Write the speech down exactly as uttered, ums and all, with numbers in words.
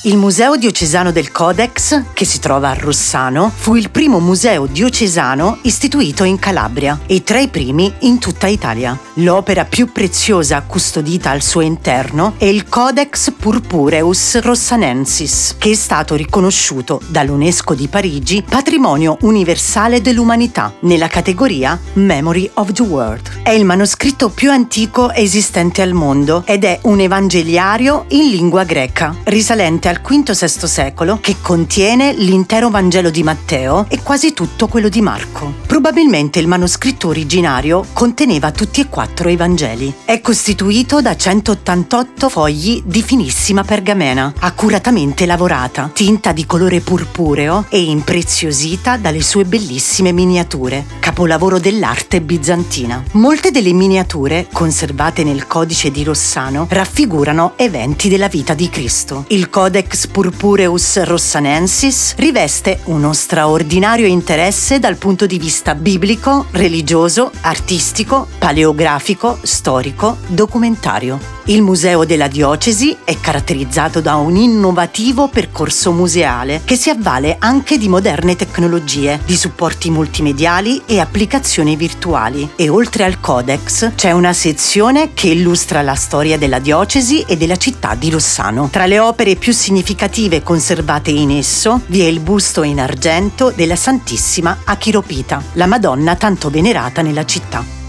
Il Museo Diocesano del Codex, che si trova a Rossano, fu il primo museo diocesano istituito in Calabria e tra i primi in tutta Italia. L'opera più preziosa custodita al suo interno è il Codex Purpureus Rossanensis, che è stato riconosciuto dall'UNESCO di Parigi Patrimonio Universale dell'Umanità nella categoria Memory of the World. È il manoscritto più antico esistente al mondo ed è un evangeliario in lingua greca, risalente al quinto sesto secolo, che contiene l'intero Vangelo di Matteo e quasi tutto quello di Marco. Probabilmente il manoscritto originario conteneva tutti e quattro i Vangeli. È costituito da centottantotto fogli di finissima pergamena, accuratamente lavorata, tinta di colore purpureo e impreziosita dalle sue bellissime miniature, capolavoro dell'arte bizantina. Molte delle miniature, conservate nel codice di Rossano, raffigurano eventi della vita di Cristo. Il Codex Purpureus Rossanensis riveste uno straordinario interesse dal punto di vista biblico, religioso, artistico, paleografico, storico, documentario. Il museo della diocesi è caratterizzato da un innovativo percorso museale che si avvale anche di moderne tecnologie, di supporti multimediali e applicazioni virtuali. E oltre al Codex c'è una sezione che illustra la storia della diocesi e della città di Rossano. Tra le opere più significative conservate in esso vi è il busto in argento della Santissima Achiropita, la Madonna tanto venerata nella città.